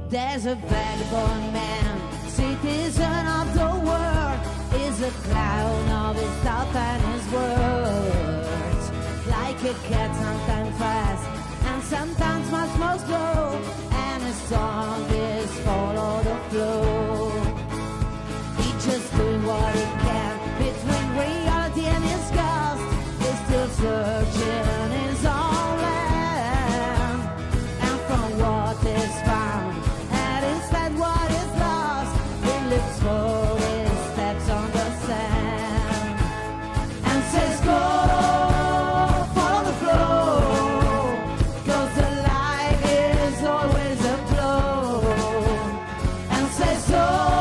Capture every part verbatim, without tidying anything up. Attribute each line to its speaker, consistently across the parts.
Speaker 1: There's a vagabond man, citizen of the world, is a clown of his thoughts and his words. Like a cat, sometimes fast and sometimes much more slow, and his song is follow the flow. He just doing what he can between reality and his ghost. He's still searching his own land, and from what is found and instead what is lost, he looks for his steps on the sand and says go, follow the flow, 'cause the light is always a flow, and says so,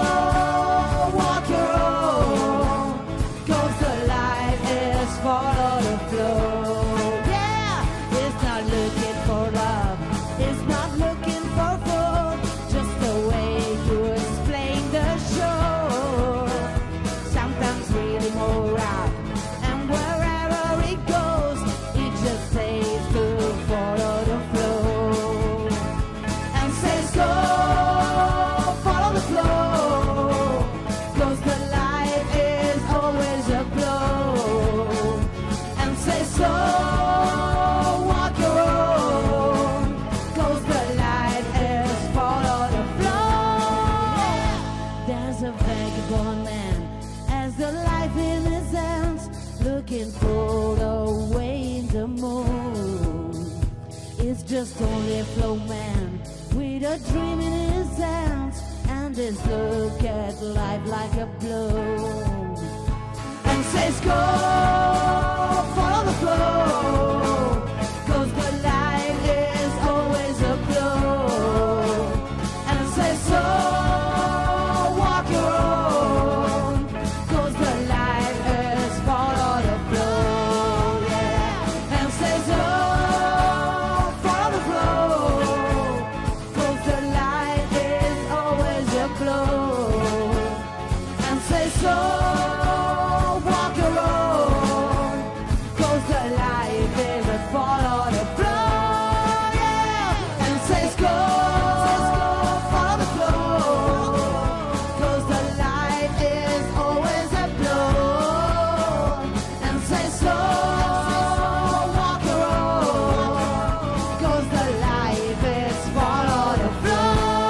Speaker 1: walk your own, 'cause the light is follow the flow. Yeah, it's not looking for love, it's not looking for food, just a way to explain the show. Sometimes really more out, and wherever it goes, it just says to follow the flow, and says go, follow the flow, 'cause the light is always a glow, and says so, walk your own, 'cause the light is follow the flow. There's a vagabond man, as the life in his hands, looking for the way in the moon. It's just only a flow man with a dream in his hands, and his look at life like a blow, and says go, follow the flow, 'cause the light is always a glow, and says so, walk your own, 'cause the light is follow the flow. Yeah, and says oh, follow the flow, 'cause the light is always a glow, and says so, walk your own, 'cause the light is a follow the flow. Yeah, and says go, follow the flow, 'cause the light is always a glow, and says so, walk your own, 'cause the light is follow the flow.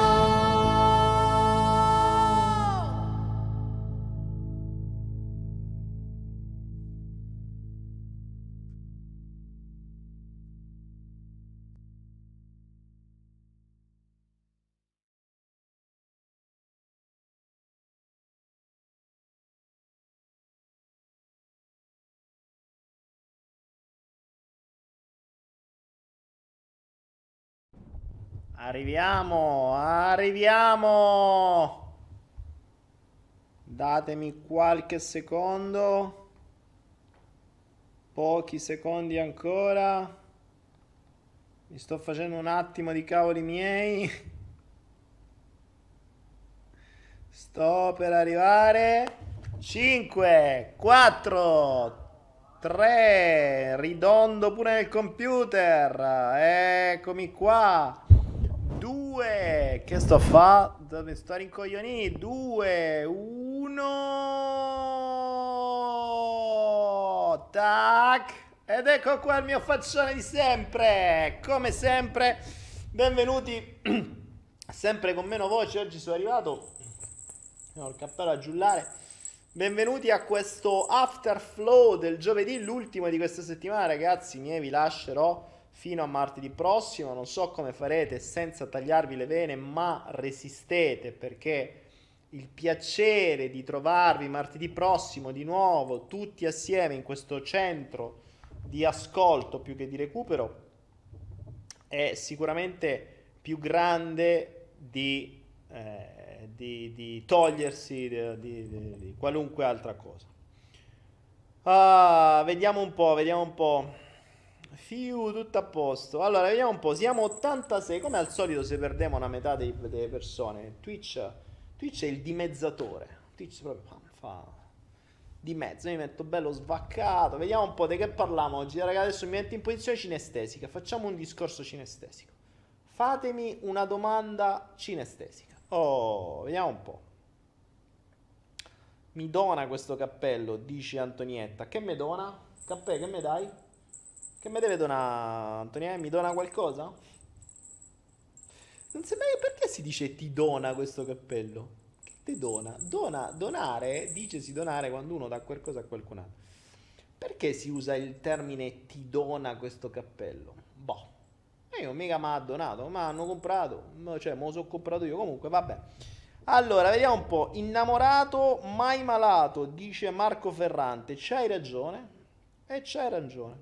Speaker 2: Arriviamo, arriviamo. Datemi qualche secondo. Pochi secondi ancora. Mi sto facendo un attimo di cavoli miei. Sto per arrivare. cinque, quattro, tre, ridondo pure nel computer. Eccomi qua. due, che sto a fa? Dove sto a rincoglionire? due, uno, tac, ed ecco qua il mio faccione di sempre, come sempre, benvenuti, sempre con meno voce, oggi sono arrivato, ho il cappello a giullare, benvenuti a questo afterflow del giovedì, l'ultimo di questa settimana, ragazzi miei, vi lascerò fino a martedì prossimo, non so come farete senza tagliarvi le vene, ma resistete, perché il piacere di trovarvi martedì prossimo di nuovo tutti assieme in questo centro di ascolto più che di recupero è sicuramente più grande di, eh, di, di togliersi di, di, di, di qualunque altra cosa. Ah, vediamo un po', vediamo un po'. Fiu, tutto a posto. Allora, vediamo un po'. Siamo ottantasei. Come al solito, se perdiamo una metà dei, delle persone, Twitch, Twitch è il dimezzatore. Twitch proprio fa, fa di mezzo. Mi metto bello svaccato. Vediamo un po' di che parliamo oggi. Ragazzi, adesso mi metto in posizione cinestesica. Facciamo un discorso cinestesico. Fatemi una domanda cinestesica. Oh, vediamo un po'. Mi dona questo cappello, dice Antonietta. Che mi dona? Cappè, che mi dai? Che mi deve donare, Antonietta? Mi dona qualcosa? Non sembra che perché si dice ti dona questo cappello? Che ti dona? Dona, donare, dicesi donare quando uno dà qualcosa a qualcun altro. Perché si usa il termine ti dona questo cappello? Boh, io mica mi ha donato, ma hanno comprato, cioè me lo sono comprato io, comunque vabbè. Allora, vediamo un po'. Innamorato, mai malato, dice Marco Ferrante. C'hai ragione. E c'hai ragione.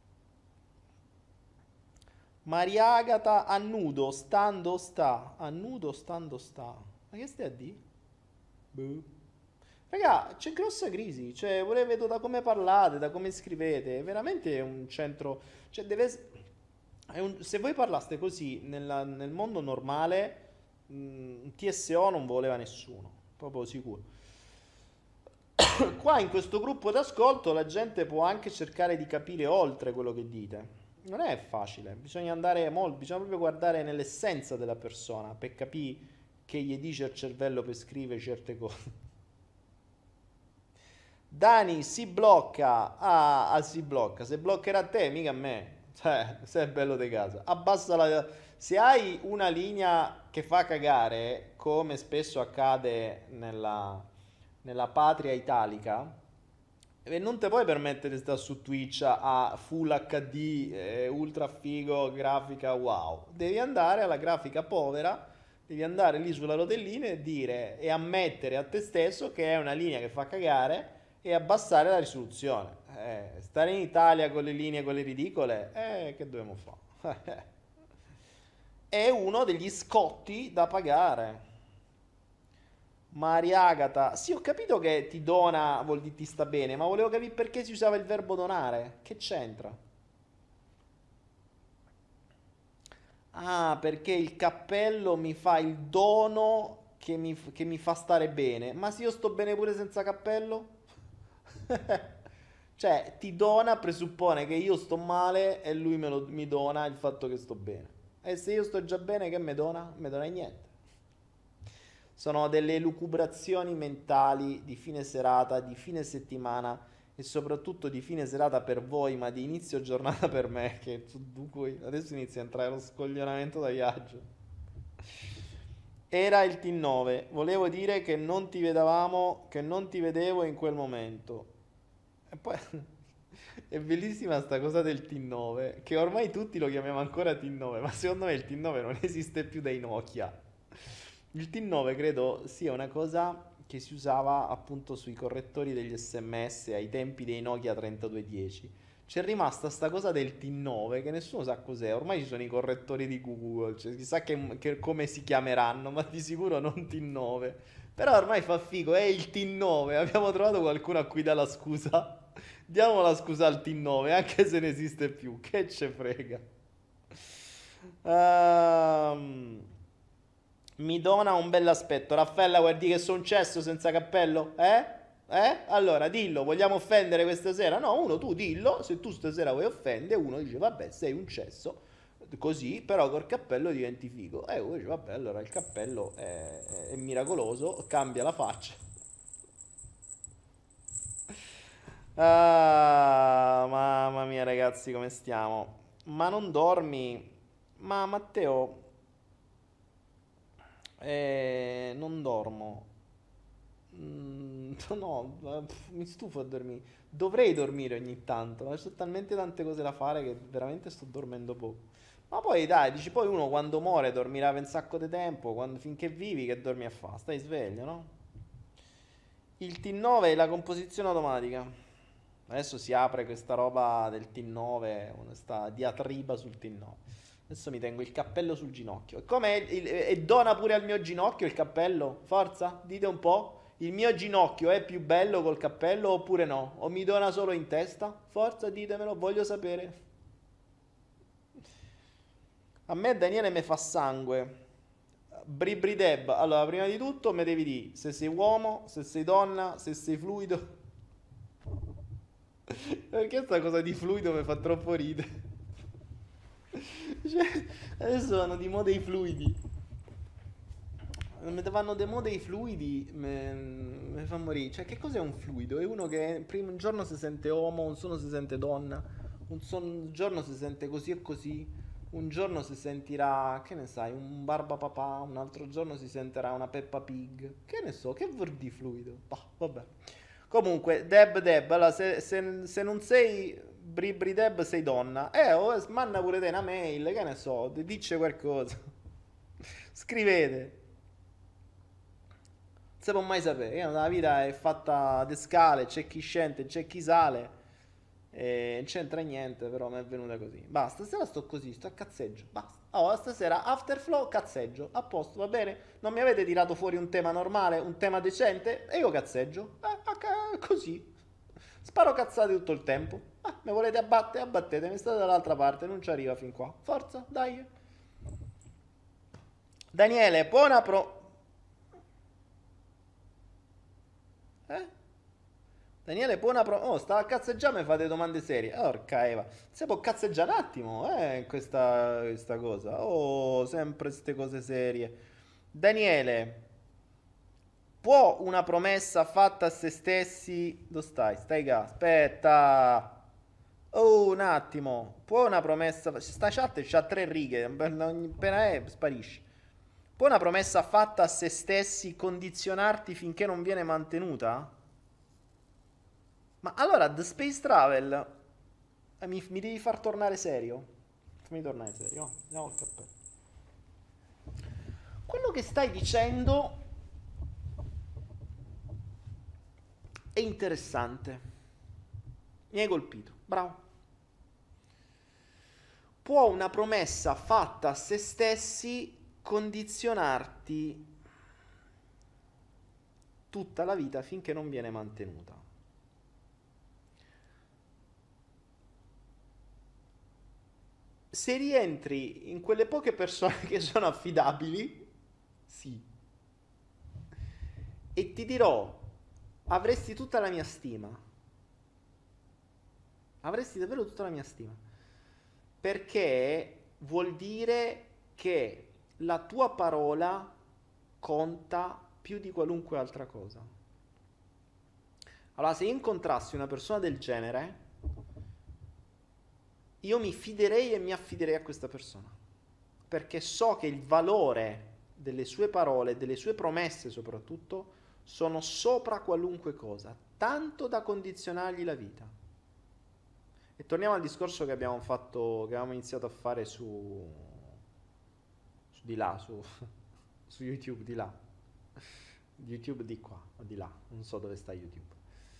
Speaker 2: Maria Agata, a nudo, stando sta. A nudo, stando sta. Ma che stai a dire? Boh. Raga, c'è grossa crisi. Cioè, vorrei vedo da come parlate, da come scrivete. È veramente un centro. Cioè, deve. es- è un- Se voi parlaste così nella- nel mondo normale. Mm, T S O non voleva nessuno, proprio sicuro. Qua in questo gruppo d'ascolto la gente può anche cercare di capire oltre quello che dite. Non è facile, bisogna andare molto, bisogna proprio guardare nell'essenza della persona per capire che gli dice il cervello per scrivere certe cose. Dani si blocca, ah, ah, si blocca, se bloccherà a te, mica a me. Cioè, se è bello di casa. Abbassa la. Se hai una linea che fa cagare, come spesso accade nella, nella patria italica, e non ti puoi permettere di stare su Twitch a Full H D, eh, ultra figo, grafica wow. Devi andare alla grafica povera, devi andare lì sulla rotellina e dire e ammettere a te stesso che è una linea che fa cagare e abbassare la risoluzione. Eh, stare in Italia con le linee quelle ridicole, eh, che dobbiamo fare? È uno degli scotti da pagare. Maria Agata, sì, ho capito che ti dona vuol dire ti sta bene, ma volevo capire perché si usava il verbo donare. Che c'entra? Ah, perché il cappello mi fa il dono che mi, che mi fa stare bene. Ma se io sto bene pure senza cappello? Cioè, ti dona presuppone che io sto male e lui me lo- mi dona il fatto che sto bene. E se io sto già bene, che mi dona? Mi dona niente. Sono delle lucubrazioni mentali di fine serata, di fine settimana e soprattutto di fine serata per voi, ma di inizio giornata per me, che dunque adesso inizia a entrare lo scoglionamento da viaggio. Era il T nove, volevo dire che non ti vedevamo, che non ti vedevo in quel momento. E poi è bellissima sta cosa del T nove, che ormai tutti lo chiamiamo ancora T nove, ma secondo me il T nove non esiste più dai Nokia. Il T nove credo sia una cosa che si usava appunto sui correttori degli S M S ai tempi dei Nokia trentadue dieci. C'è rimasta sta cosa del T nove che nessuno sa cos'è. Ormai ci sono i correttori di Google, cioè chissà che, che- come si chiameranno, ma di sicuro non T nove. Però ormai fa figo, è il T nove. Abbiamo trovato qualcuno a cui dà la scusa. Diamo la scusa al T nove, anche se ne esiste più. Che ce frega. Ehm, mi dona un bell'aspetto. Raffaella, vuol dire che sono un cesso senza cappello? Eh? Eh? Allora, dillo, vogliamo offendere questa sera? No, uno tu dillo, se tu stasera vuoi offendere, uno dice, vabbè, sei un cesso, così, però col cappello diventi figo. E uno dice, vabbè, allora il cappello è, è miracoloso, cambia la faccia. Ah, mamma mia, ragazzi, come stiamo? Ma non dormi? Ma Matteo, eh, non dormo. Mm, no, eh, pff, mi stufo a dormire. Dovrei dormire ogni tanto, ma ci sono talmente tante cose da fare che veramente sto dormendo poco. Ma poi dai, dici poi uno quando muore dormirà per un sacco di tempo, quando, finché vivi che dormi a fa? Stai sveglio, no? Il T nove è la composizione automatica. Adesso si apre questa roba del T nove, questa diatriba sul T nove. Adesso mi tengo il cappello sul ginocchio. E come il- e dona pure al mio ginocchio il cappello? Forza, dite un po'. Il mio ginocchio è più bello col cappello oppure no? O mi dona solo in testa? Forza, ditemelo, voglio sapere. A me Daniele mi fa sangue. Bribri Deb. Allora, prima di tutto mi devi dire se sei uomo, se sei donna, se sei fluido. Perché sta cosa di fluido mi fa troppo ridere? Cioè, Adesso vanno di moda i fluidi. Mi vanno di moda i fluidi, mi fa morire. Cioè, che cos'è un fluido? È uno che prima un giorno si sente uomo, un giorno si sente donna, un, son- un giorno si sente così e così, un giorno si sentirà, che ne sai, un barbapapà, un altro giorno si sentirà una Peppa Pig. Che ne so, che vuol dire fluido? Bah, vabbè. Comunque, Deb Deb, allora, se, se- se non sei Bribri Deb, sei donna. Eh, oh, manna pure te una mail, che ne so, di- dice qualcosa. Scrivete. Non si può mai sapere. Io, la vita è fatta di scale, c'è chi scende, c'è chi sale. E non c'entra niente, però mi è venuta così. Basta, stasera sto così, sto a cazzeggio. Basta. Oh, stasera afterflow, cazzeggio. A posto, va bene? Non mi avete tirato fuori un tema normale, un tema decente? E io cazzeggio. Eh, a ca- così. Sparo cazzate tutto il tempo. Ah, mi volete abbattere? Abbattetemi. State dall'altra parte, non ci arriva fin qua. Forza, dai. Daniele, buona pro... Eh? Daniele, buona pro... Oh, stava a cazzeggiare e fate domande serie. Orca Eva. Si può cazzeggiare un attimo, eh, in questa, questa cosa. Oh, sempre queste cose serie. Daniele, può una promessa fatta a se stessi... Dove stai? Stai qua. Aspetta. Oh, un attimo. Può una promessa... Sta chat c'ha tre righe. Appena è, sparisce. Può una promessa fatta a se stessi condizionarti finché non viene mantenuta? Ma allora, The Space Travel, eh, mi, mi devi far tornare serio? Fammi tornare serio. Oh, andiamo al cappello. Quello che stai dicendo è interessante. Mi hai colpito. Bravo. Può una promessa fatta a se stessi condizionarti tutta la vita finché non viene mantenuta? Se rientri in quelle poche persone che sono affidabili, sì. E ti dirò, avresti tutta la mia stima. Avresti davvero tutta la mia stima. Perché vuol dire che la tua parola conta più di qualunque altra cosa. Allora, se incontrassi una persona del genere, io mi fiderei e mi affiderei a questa persona, perché so che il valore delle sue parole, delle sue promesse soprattutto, sono sopra qualunque cosa, tanto da condizionargli la vita. E torniamo al discorso che abbiamo fatto, che avevamo iniziato a fare su, su di là, su, su YouTube di là, YouTube di qua o di là, non so dove sta YouTube.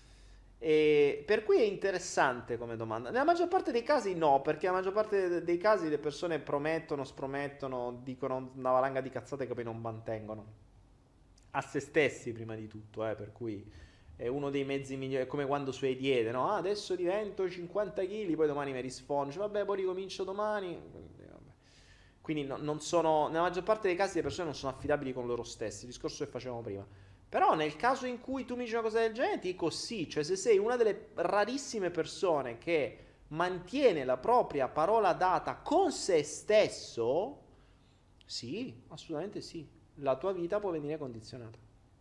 Speaker 2: E per cui è interessante come domanda. Nella maggior parte dei casi no, perché nella maggior parte dei casi le persone promettono, spromettono, dicono una valanga di cazzate che poi non mantengono. A se stessi prima di tutto, eh, per cui è uno dei mezzi migliori, è come quando su diete, no? Ah, adesso divento cinquanta chili, poi domani mi rispondo, vabbè, poi ricomincio domani. Quindi no, non sono, nella maggior parte dei casi le persone non sono affidabili con loro stessi, il discorso che facevamo prima. Però nel caso in cui tu mi dici una cosa del genere, ti dico sì, cioè se sei una delle rarissime persone che mantiene la propria parola data con se stesso, sì, assolutamente sì, la tua vita può venire condizionata.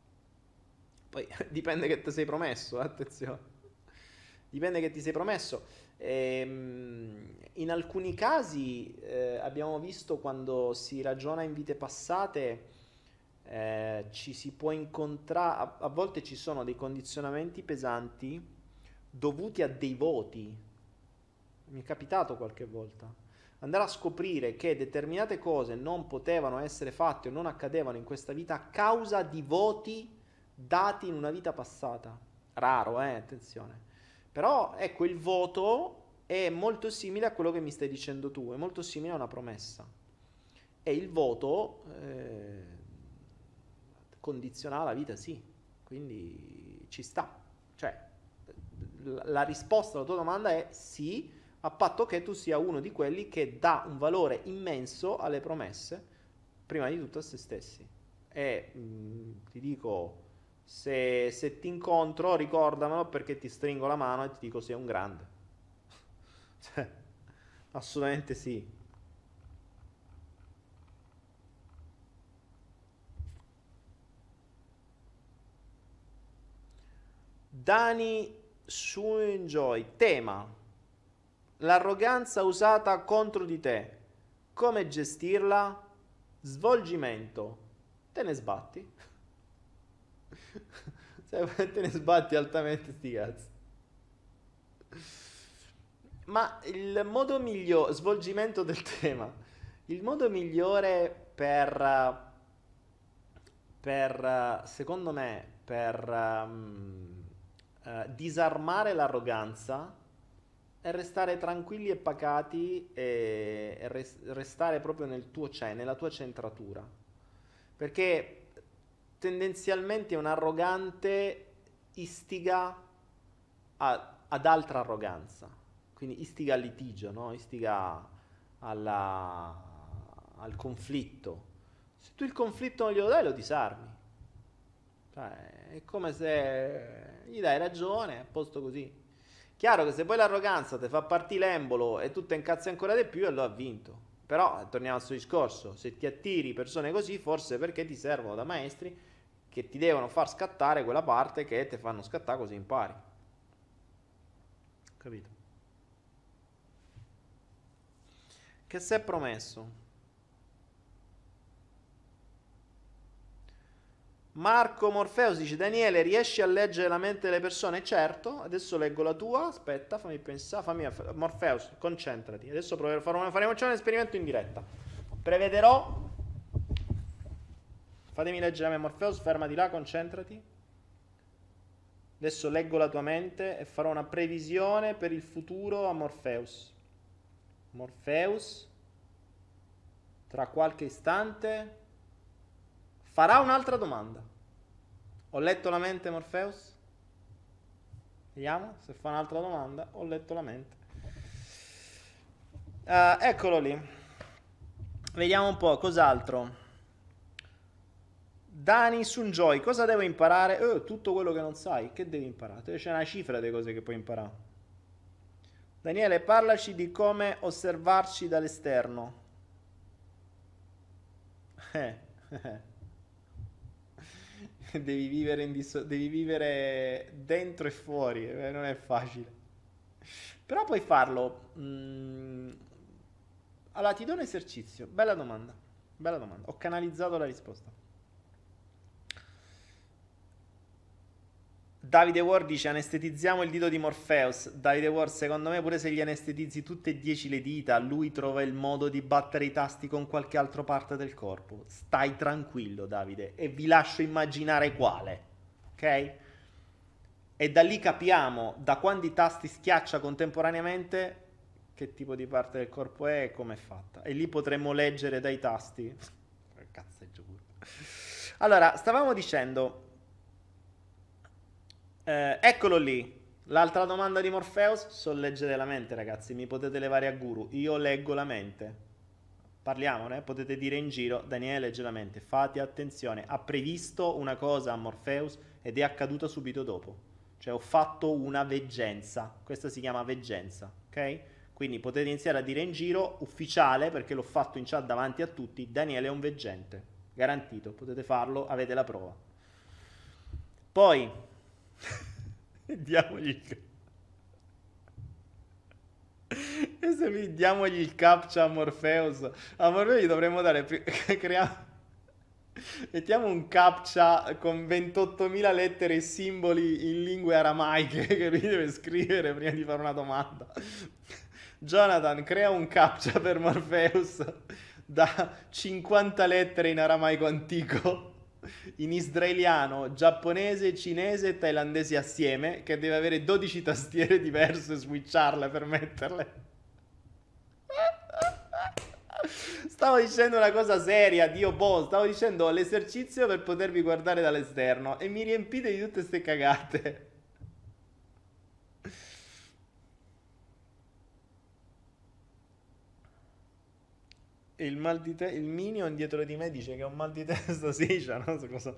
Speaker 2: Poi dipende che ti sei promesso, attenzione, dipende che ti sei promesso. Ehm, in alcuni casi eh, abbiamo visto quando si ragiona in vite passate, eh, ci si può incontrare, a, a volte ci sono dei condizionamenti pesanti dovuti a dei voti. Mi è capitato qualche volta andare a scoprire che determinate cose non potevano essere fatte o non accadevano in questa vita a causa di voti dati in una vita passata. Raro, eh, attenzione. Però ecco, il voto è molto simile a quello che mi stai dicendo tu, è molto simile a una promessa. E il voto eh, condiziona la vita, sì, quindi ci sta. Cioè, la risposta alla tua domanda è sì, a patto che tu sia uno di quelli che dà un valore immenso alle promesse, prima di tutto a se stessi. E mh, ti dico, se, se ti incontro, ricordamelo perché ti stringo la mano e ti dico sei un grande. Cioè, assolutamente sì. Dani Suenjoy, tema: l'arroganza usata contro di te. Come gestirla? Svolgimento: te ne sbatti. Se te ne sbatti altamente, sti cazzi. Ma il modo migliore, svolgimento del tema, il modo migliore per, per secondo me, per um, uh, disarmare l'arroganza è restare tranquilli e pacati e, e res- restare proprio nel tuo cioè, nella tua centratura. Perché tendenzialmente un arrogante istiga a, ad altra arroganza, quindi istiga al litigio, no? Istiga alla, al conflitto. Se tu il conflitto non glielo dai, lo disarmi. Cioè, è come se gli dai ragione, a posto così. Chiaro che se poi l'arroganza ti fa partire l'embolo e tu te incazzi ancora di più, allora ha vinto. Però torniamo al suo discorso: se ti attiri persone così, forse perché ti servono da maestri che ti devono far scattare quella parte che ti fanno scattare, così impari. Capito? Che si è promesso? Marco Morpheus dice: Daniele, riesci a leggere la mente delle persone? Certo, adesso leggo la tua. Aspetta, fammi pensare. Fammi... Morpheus, concentrati. Adesso proverò, faremo, faremo un esperimento in diretta. Prevederò. Fatemi leggere a me, Morpheus, fermati là, concentrati. Adesso leggo la tua mente e farò una previsione per il futuro a Morpheus. Morpheus, tra qualche istante, farà un'altra domanda. Ho letto la mente, Morpheus? Vediamo se fa un'altra domanda. Ho letto la mente. Uh, eccolo lì. Vediamo un po', cos'altro. Dani Sunjoy, cosa devo imparare? Oh, tutto quello che non sai. Che devi imparare? C'è una cifra delle cose che puoi imparare. Daniele, parlaci di come osservarci dall'esterno. Eh, devi vivere, in disso- devi vivere dentro e fuori, eh, non è facile. Però puoi farlo. Mm. Allora, ti do un esercizio. Bella domanda. Bella domanda. Ho canalizzato la risposta. Davide Ward dice: anestetizziamo il dito di Morpheus. Davide Ward, secondo me pure se gli anestetizzi tutte e dieci le dita, lui trova il modo di battere i tasti con qualche altra parte del corpo. Stai tranquillo, Davide, e vi lascio immaginare quale. Ok? E da lì capiamo da quanti tasti schiaccia contemporaneamente, che tipo di parte del corpo è e come è fatta. E lì potremmo leggere dai tasti. Cazzo, è giuro. Allora, stavamo dicendo... Eh, eccolo lì, l'altra domanda di Morpheus. So leggere la mente, ragazzi, mi potete levare a guru, io leggo la mente. Parliamone, potete dire in giro: Daniele legge la mente. Fate attenzione, ha previsto una cosa a Morpheus ed è accaduta subito dopo. Cioè ho fatto una veggenza, questa si chiama veggenza, ok? Quindi potete iniziare a dire in giro, ufficiale, perché l'ho fatto in chat davanti a tutti: Daniele è un veggente, garantito, potete farlo, avete la prova. Poi diamogli il... e se mi diamogli il captcha a Morpheus, a Morpheus gli dovremmo dare creiamo... mettiamo un captcha con ventottomila lettere e simboli in lingue aramaiche che lui deve scrivere prima di fare una domanda. Jonathan, crea un captcha per Morpheus da cinquanta lettere in aramaico antico, in israeliano, giapponese, cinese e thailandese assieme, che deve avere dodici tastiere diverse, switcharle per metterle. Stavo dicendo una cosa seria, Dio boh, stavo dicendo l'esercizio per potervi guardare dall'esterno e mi riempite di tutte queste cagate. Il mal di testa, il minion dietro di me dice che ho un mal di testa, sì, cioè, non so cosa.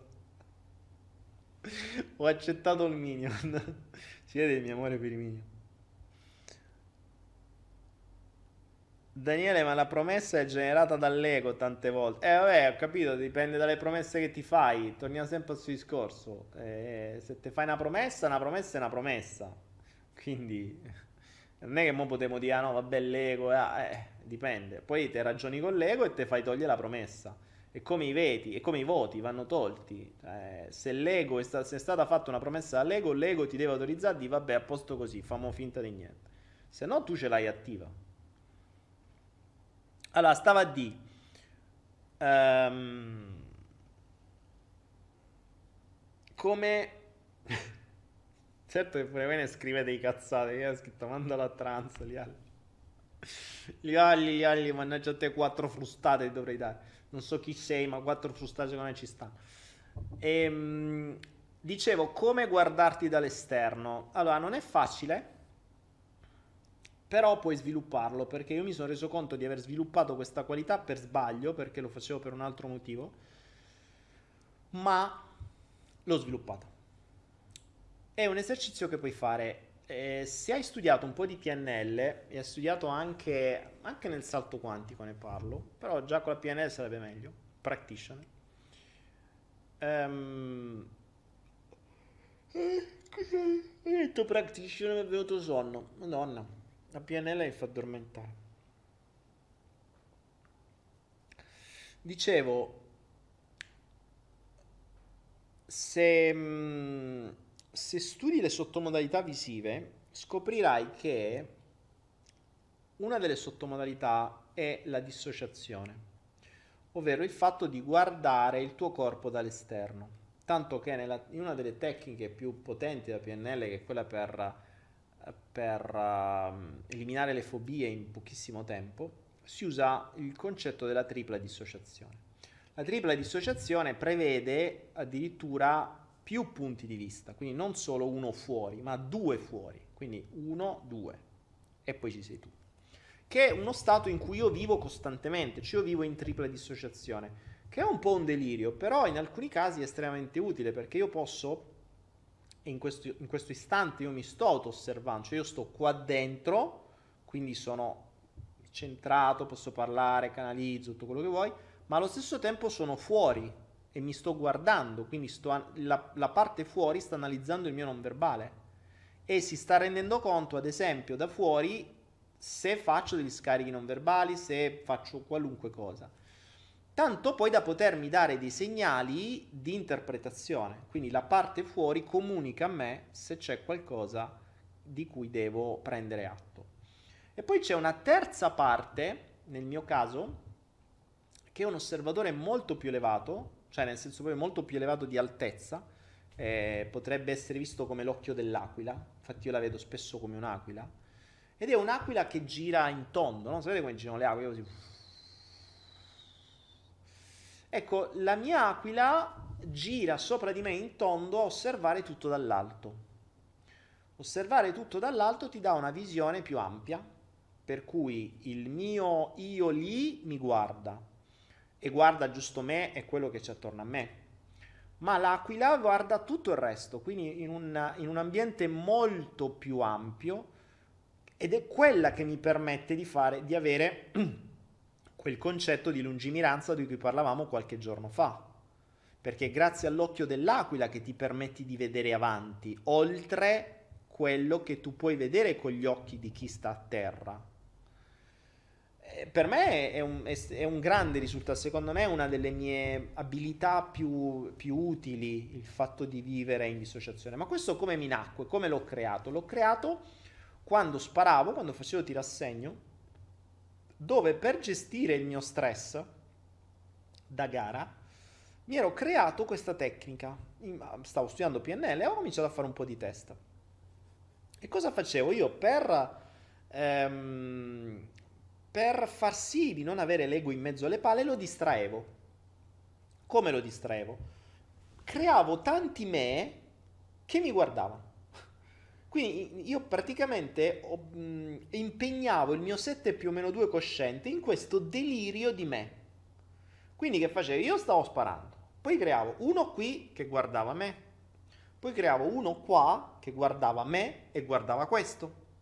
Speaker 2: Ho accettato il minion. Si vede il mio amore per i minion. Daniele, ma la promessa è generata dall'ego tante volte. Eh, vabbè, ho capito, dipende dalle promesse che ti fai. Torniamo sempre al suo discorso. Eh, se ti fai una promessa, una promessa è una promessa. Quindi non è che mo potremo dire, ah no, vabbè, l'ego, eh, eh, dipende. Poi te ragioni con l'ego e te fai togliere la promessa. E come i veti, e come i voti vanno tolti. Eh, se l'ego è, sta- se è stata fatta una promessa all'ego, l'ego ti deve autorizzare di vabbè, a posto così, famo finta di niente. Se no, tu ce l'hai attiva. Allora, stava a di. ehm, come. Certo che pure voi ne scrivete i cazzate. Io ho scritto manda la trans, li agli. Li agli, li agli, mannaggia a te quattro frustate ti dovrei dare. Non so chi sei, ma quattro frustate secondo me ci stanno. Ehm, dicevo, come guardarti dall'esterno. Allora, non è facile, però puoi svilupparlo, perché io mi sono reso conto di aver sviluppato questa qualità per sbaglio, perché lo facevo per un altro motivo, ma l'ho sviluppato. È un esercizio che puoi fare. Eh, se hai studiato un po' di P N L e hai studiato anche, anche nel salto quantico, ne parlo, però già con la P N L sarebbe meglio, practitioner. Ehm, eh, cosa hai detto practitioner? Mi è venuto sonno. Madonna, la P N L mi fa addormentare. Dicevo, se, mm, se studi le sottomodalità visive, scoprirai che una delle sottomodalità è la dissociazione, ovvero il fatto di guardare il tuo corpo dall'esterno. Tanto che nella- in una delle tecniche più potenti della P N L, che è quella per, per ehm, eliminare le fobie in pochissimo tempo, si usa il concetto della tripla dissociazione. La tripla dissociazione prevede addirittura più punti di vista, quindi non solo uno fuori, ma due fuori, quindi uno, due, e poi ci sei tu. Che è uno stato in cui io vivo costantemente, cioè io vivo in tripla dissociazione, che è un po' un delirio, però in alcuni casi è estremamente utile, perché io posso, in questo, in questo istante io mi sto auto-osservando, cioè io sto qua dentro, quindi sono centrato, posso parlare, canalizzo, tutto quello che vuoi, ma allo stesso tempo sono fuori e mi sto guardando, quindi sto, la, la parte fuori sta analizzando il mio non verbale e si sta rendendo conto, ad esempio, da fuori se faccio degli scarichi non verbali, se faccio qualunque cosa. Tanto poi da potermi dare dei segnali di interpretazione, quindi la parte fuori comunica a me se c'è qualcosa di cui devo prendere atto. E poi c'è una terza parte, nel mio caso, che è un osservatore molto più elevato, cioè nel senso proprio molto più elevato di altezza, eh, potrebbe essere visto come l'occhio dell'aquila, infatti io la vedo spesso come un'aquila, ed è un'aquila che gira in tondo, no? Sapete come girano le aquile? Così. Ecco, la mia aquila gira sopra di me in tondo a osservare tutto dall'alto. Osservare tutto dall'alto ti dà una visione più ampia, per cui il mio io lì mi guarda e guarda giusto me e quello che c'è attorno a me, ma l'aquila guarda tutto il resto, quindi in un, in un ambiente molto più ampio, ed è quella che mi permette di fare, di avere quel concetto di lungimiranza di cui parlavamo qualche giorno fa, perché è grazie all'occhio dell'aquila che ti permetti di vedere avanti, oltre quello che tu puoi vedere con gli occhi di chi sta a terra. Per me è un, è, è un grande risultato, secondo me è una delle mie abilità più, più utili, il fatto di vivere in dissociazione. Ma questo come mi nacque, come l'ho creato? L'ho creato quando sparavo, quando facevo tirassegno, dove per gestire il mio stress da gara mi ero creato questa tecnica. Stavo studiando P N L e ho cominciato a fare un po' di test. E cosa facevo? Io per... Ehm, per far sì di non avere l'ego in mezzo alle palle lo distraevo. Come lo distraevo? Creavo tanti me che mi guardavano. Quindi io praticamente ho, mh, impegnavo il mio sette più o meno due cosciente in questo delirio di me. Quindi che facevo? Io stavo sparando, poi creavo uno qui che guardava me, poi creavo uno qua che guardava me e guardava questo.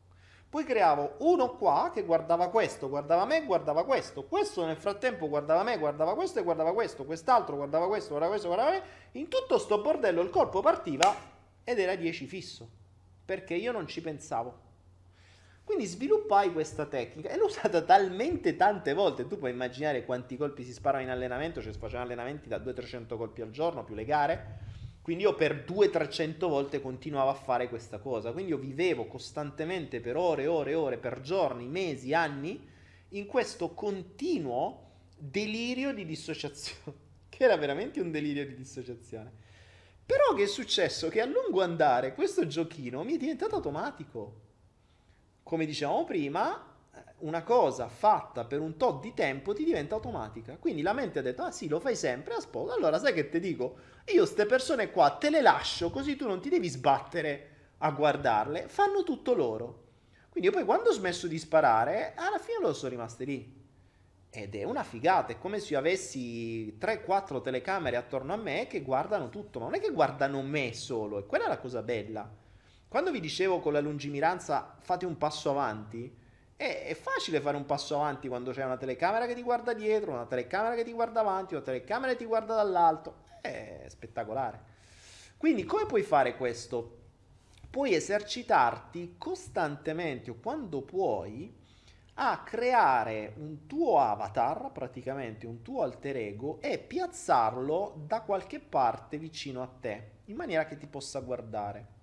Speaker 2: Poi creavo uno qua che guardava questo, guardava me, guardava questo. Questo nel frattempo guardava me, guardava questo e guardava questo. Quest'altro guardava questo, guardava questo, guardava me. In tutto sto bordello il colpo partiva ed era dieci fisso, perché io non ci pensavo. Quindi sviluppai questa tecnica e l'ho usata talmente tante volte. Tu puoi immaginare quanti colpi si sparano in allenamento, cioè si facevano allenamenti da duecento trecento colpi al giorno, più le gare. Quindi io per duecento trecento volte continuavo a fare questa cosa. Quindi io vivevo costantemente per ore e ore e ore, per giorni, mesi, anni, in questo continuo delirio di dissociazione, che era veramente un delirio di dissociazione. Però che è successo? Che a lungo andare questo giochino mi è diventato automatico. Come dicevamo prima, una cosa fatta per un tot di tempo ti diventa automatica. Quindi la mente ha detto, ah sì, lo fai sempre, ascolta, allora sai che ti dico? Io ste persone qua te le lascio, così tu non ti devi sbattere a guardarle, fanno tutto loro. Quindi io poi quando ho smesso di sparare, alla fine loro sono rimaste lì. Ed è una figata, è come se io avessi tre quattro telecamere attorno a me che guardano tutto, ma non è che guardano me solo, e quella è la cosa bella. Quando vi dicevo con la lungimiranza fate un passo avanti, è, è facile fare un passo avanti quando c'è una telecamera che ti guarda dietro, una telecamera che ti guarda avanti, una telecamera che ti guarda dall'alto. È spettacolare. Quindi come puoi fare questo? Puoi esercitarti costantemente o quando puoi a creare un tuo avatar, praticamente un tuo alter ego, e piazzarlo da qualche parte vicino a te, in maniera che ti possa guardare.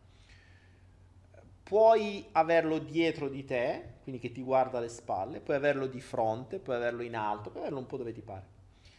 Speaker 2: Puoi averlo dietro di te, quindi che ti guarda alle spalle, puoi averlo di fronte, puoi averlo in alto, puoi averlo un po' dove ti pare.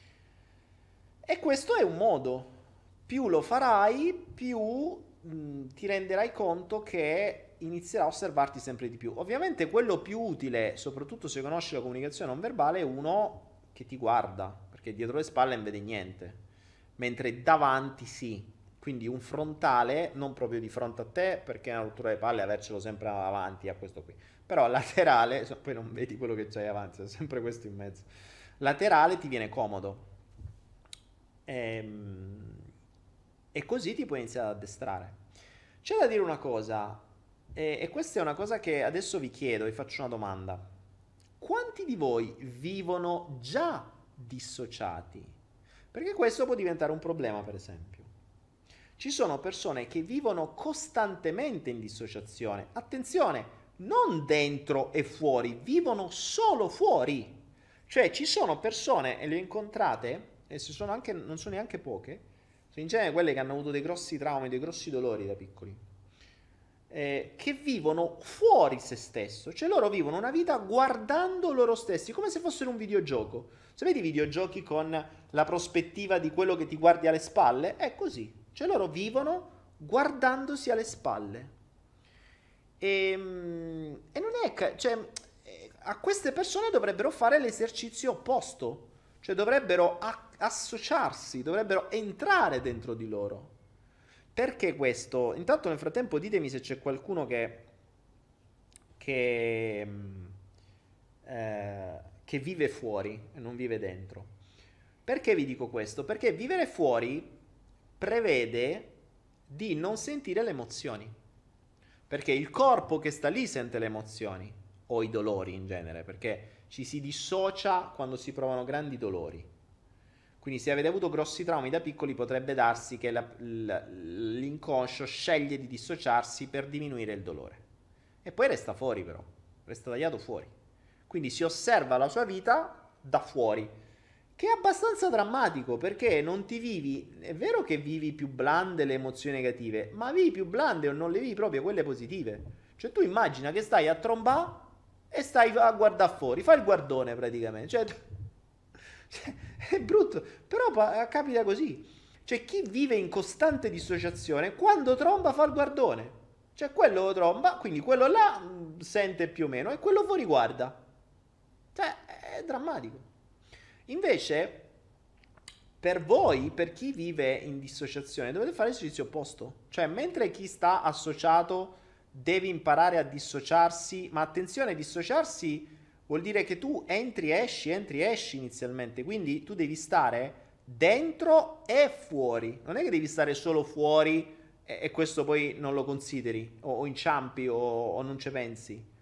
Speaker 2: E questo è un modo. Più lo farai, più mh, ti renderai conto che inizierà a osservarti sempre di più. Ovviamente quello più utile, soprattutto se conosci la comunicazione non verbale, è uno che ti guarda, perché dietro le spalle non vede niente, mentre davanti sì. Quindi un frontale, non proprio di fronte a te, perché è una rottura delle palle avercelo sempre avanti a questo qui. Però laterale, poi non vedi quello che c'hai avanti, è sempre questo in mezzo. Laterale ti viene comodo. E, e così ti puoi iniziare ad addestrare. C'è da dire una cosa, e, e questa è una cosa che adesso vi chiedo, vi faccio una domanda. Quanti di voi vivono già dissociati? Perché questo può diventare un problema, per esempio. Ci sono persone che vivono costantemente in dissociazione. Attenzione, non dentro e fuori, vivono solo fuori. Cioè ci sono persone, e le ho incontrate, e se sono anche, non sono neanche poche, sono in genere quelle che hanno avuto dei grossi traumi, dei grossi dolori da piccoli, eh, che vivono fuori se stesso. Cioè loro vivono una vita guardando loro stessi, come se fossero un videogioco. Se vedi i videogiochi con la prospettiva di quello che ti guardi alle spalle, è così. Cioè loro vivono guardandosi alle spalle. E, e non è... Cioè, a queste persone dovrebbero fare l'esercizio opposto. Cioè dovrebbero a- associarsi, dovrebbero entrare dentro di loro. Perché questo? Intanto nel frattempo ditemi se c'è qualcuno che... che... Eh, che vive fuori e non vive dentro. Perché vi dico questo? Perché vivere fuori prevede di non sentire le emozioni, perché il corpo che sta lì sente le emozioni o i dolori in genere, perché ci si dissocia quando si provano grandi dolori. Quindi se avete avuto grossi traumi da piccoli potrebbe darsi che la, la, l'inconscio sceglie di dissociarsi per diminuire il dolore e poi resta fuori, però resta tagliato fuori, quindi si osserva la sua vita da fuori, che è abbastanza drammatico, perché non ti vivi, è vero che vivi più blande le emozioni negative, ma vivi più blande o non le vivi proprio quelle positive. Cioè tu immagina che stai a trombare e stai a guardare fuori, fai il guardone praticamente, cioè, cioè è brutto, però capita così. Cioè chi vive in costante dissociazione, quando tromba fa il guardone, cioè quello tromba, quindi quello là mh, sente più o meno e quello fuori guarda. Cioè è drammatico. Invece, per voi, per chi vive in dissociazione, dovete fare l'esercizio opposto. Cioè, mentre chi sta associato deve imparare a dissociarsi, ma attenzione, dissociarsi vuol dire che tu entri, esci, entri, esci inizialmente, quindi tu devi stare dentro e fuori. Non è che devi stare solo fuori e, e questo poi non lo consideri, o, o inciampi, o, o non ci pensi.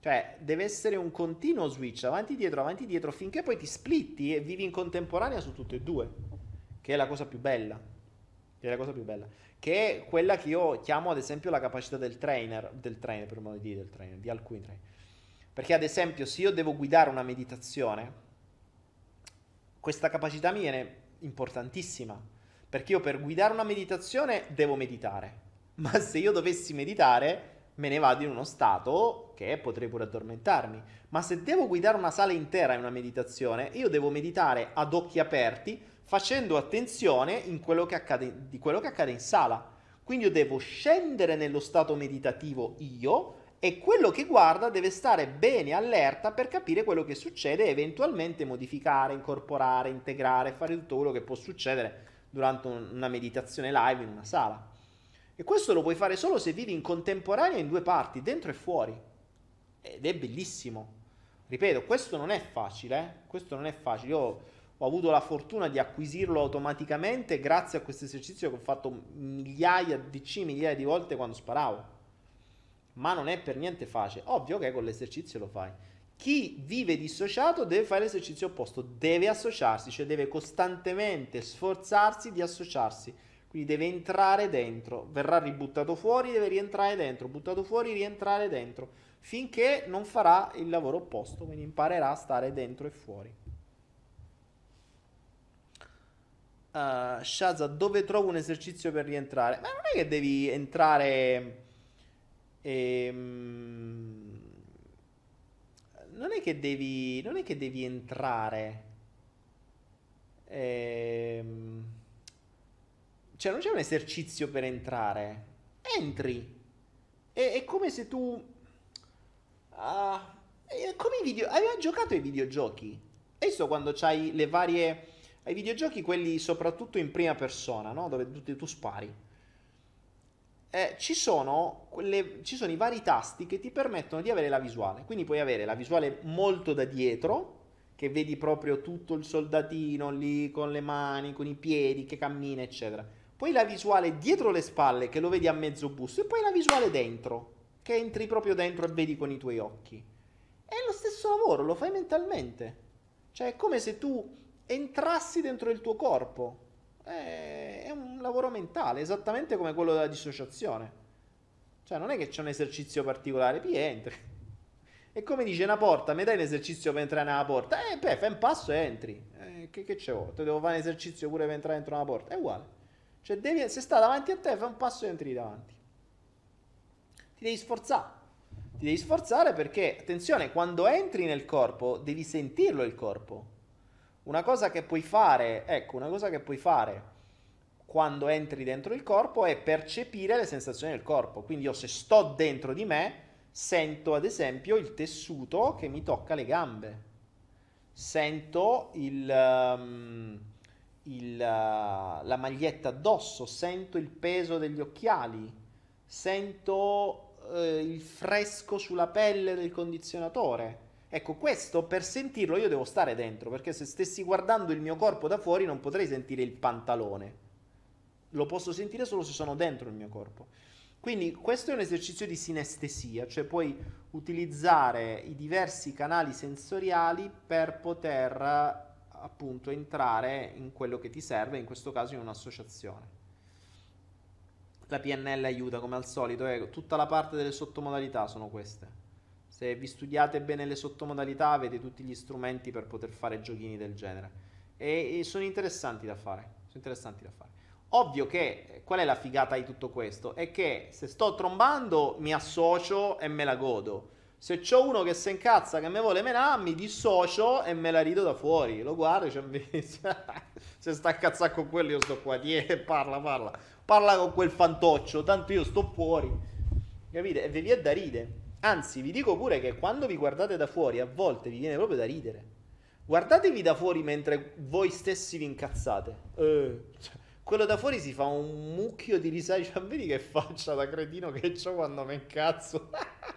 Speaker 2: Cioè, deve essere un continuo switch, avanti dietro, avanti dietro, finché poi ti splitti e vivi in contemporanea su tutte e due, che è la cosa più bella, che è la cosa più bella, che è quella che io chiamo ad esempio la capacità del trainer, del trainer per modo di dire, del trainer, di alcuni trainer. Perché ad esempio se io devo guidare una meditazione, questa capacità mi viene importantissima, perché io per guidare una meditazione devo meditare, ma se io dovessi meditare me ne vado in uno stato che potrei pure addormentarmi. Ma se devo guidare una sala intera in una meditazione, io devo meditare ad occhi aperti, facendo attenzione in quello che accade, di quello che accade in sala. Quindi io devo scendere nello stato meditativo io, e quello che guarda deve stare bene allerta per capire quello che succede e eventualmente modificare, incorporare, integrare, fare tutto quello che può succedere durante un, una meditazione live in una sala. E questo lo puoi fare solo se vivi in contemporanea in due parti, dentro e fuori. Ed è bellissimo. Ripeto, questo non è facile, eh? Questo non è facile. Io ho avuto la fortuna di acquisirlo automaticamente grazie a questo esercizio che ho fatto migliaia, decine, migliaia di volte quando sparavo. Ma non è per niente facile. Ovvio che con l'esercizio lo fai. Chi vive dissociato deve fare l'esercizio opposto, deve associarsi, cioè deve costantemente sforzarsi di associarsi. Quindi deve entrare dentro, verrà ributtato fuori, deve rientrare dentro, buttato fuori, rientrare dentro, finché non farà il lavoro opposto, quindi imparerà a stare dentro e fuori. Uh, Shaza, dove trovo un esercizio per rientrare? Ma non è che devi entrare... Ehm, non è che devi... Non è che devi entrare... Ehm... Cioè non c'è un esercizio per entrare, entri, è, è come se tu, uh, è come i video, hai mai giocato ai videogiochi? Adesso quando c'hai le varie, ai videogiochi quelli soprattutto in prima persona, no? Dove tu, tu spari, eh, ci sono, quelle, ci sono i vari tasti che ti permettono di avere la visuale, quindi puoi avere la visuale molto da dietro, che vedi proprio tutto il soldatino lì con le mani, con i piedi che cammina eccetera. Poi la visuale dietro le spalle che lo vedi a mezzo busto e poi la visuale dentro che entri proprio dentro e vedi con i tuoi occhi. È lo stesso lavoro, lo fai mentalmente. Cioè è come se tu entrassi dentro il tuo corpo. È un lavoro mentale, esattamente come quello della dissociazione. Cioè non è che c'è un esercizio particolare, poi entri. E come dice una porta, mi dai un esercizio per entrare nella porta? Eh, beh, fai un passo e entri. Eh, che, che c'è? Te devo fare un esercizio pure per entrare dentro una porta? È uguale. Cioè, devi, se sta davanti a te, fai un passo e entri davanti. Ti devi sforzare. Ti devi sforzare perché, attenzione, quando entri nel corpo, devi sentirlo il corpo. Una cosa che puoi fare, ecco, una cosa che puoi fare quando entri dentro il corpo è percepire le sensazioni del corpo. Quindi io se sto dentro di me, sento ad esempio il tessuto che mi tocca le gambe, sento il, um, il, uh, la maglietta addosso, sento il peso degli occhiali, sento uh, il fresco sulla pelle del condizionatore. Ecco, questo per sentirlo io devo stare dentro, perché se stessi guardando il mio corpo da fuori non potrei sentire il pantalone, lo posso sentire solo se sono dentro il mio corpo. Quindi questo è un esercizio di sinestesia, cioè puoi utilizzare i diversi canali sensoriali per poter appunto entrare in quello che ti serve, in questo caso in un'associazione. La P N L aiuta come al solito, eh, tutta la parte delle sottomodalità sono queste. Se vi studiate bene le sottomodalità avete tutti gli strumenti per poter fare giochini del genere e, e sono interessanti da fare, sono interessanti da fare. Ovvio che, qual è la figata di tutto questo? È che se sto trombando mi associo e me la godo. Se c'ho uno che si incazza, che mi vuole menare, mi dissocio e me la rido da fuori. Lo guardo e cioè, se sta a cazzare con quello io sto qua, tie, parla, parla. Parla con quel fantoccio, tanto io sto fuori. Capite? E vi è da ridere. Anzi, vi dico pure che quando vi guardate da fuori, a volte vi viene proprio da ridere. Guardatevi da fuori mentre voi stessi vi incazzate. Eh, cioè, quello da fuori si fa un mucchio di risate, cioè, vedi che faccia da cretino che c'ho quando mi incazzo.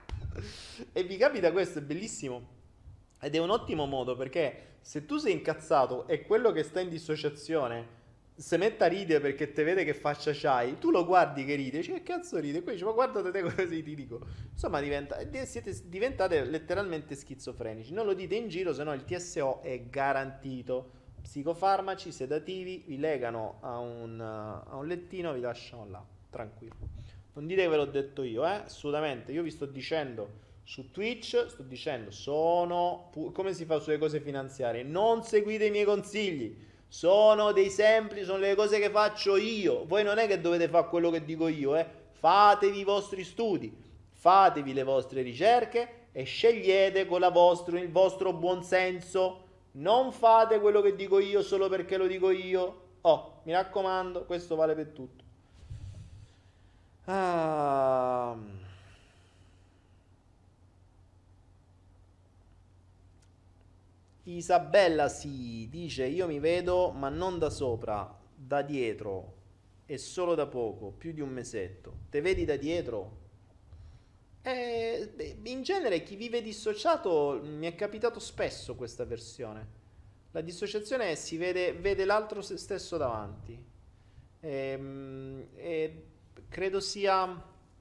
Speaker 2: E vi capita questo, è bellissimo. Ed è un ottimo modo perché se tu sei incazzato e quello che sta in dissociazione se metta a ride perché te vede che faccia c'hai, tu lo guardi che ride, dici che cazzo ride? Poi dice ma guardate te così ti dico. Insomma diventa, siete diventate letteralmente schizofrenici. Non lo dite in giro, se no il T S O è garantito. Psicofarmaci, sedativi, vi legano a un, a un lettino, vi lasciano là, tranquillo. Non dite che ve l'ho detto io, eh? Assolutamente, io vi sto dicendo su Twitch, sto dicendo, sono, come si fa sulle cose finanziarie, non seguite i miei consigli. Sono dei semplici, sono le cose che faccio io. Voi non è che dovete fare quello che dico io, eh. Fatevi i vostri studi, fatevi le vostre ricerche e scegliete con la vostra, il vostro buonsenso. Non fate quello che dico io solo perché lo dico io. Oh, mi raccomando, questo vale per tutto. Ah... Isabella si dice io mi vedo ma non da sopra, da dietro e solo da poco, più di un mesetto. Te vedi da dietro? Eh, beh, in genere chi vive dissociato mi è capitato spesso questa versione. La dissociazione è si vede, vede l'altro se stesso davanti. E, e credo sia...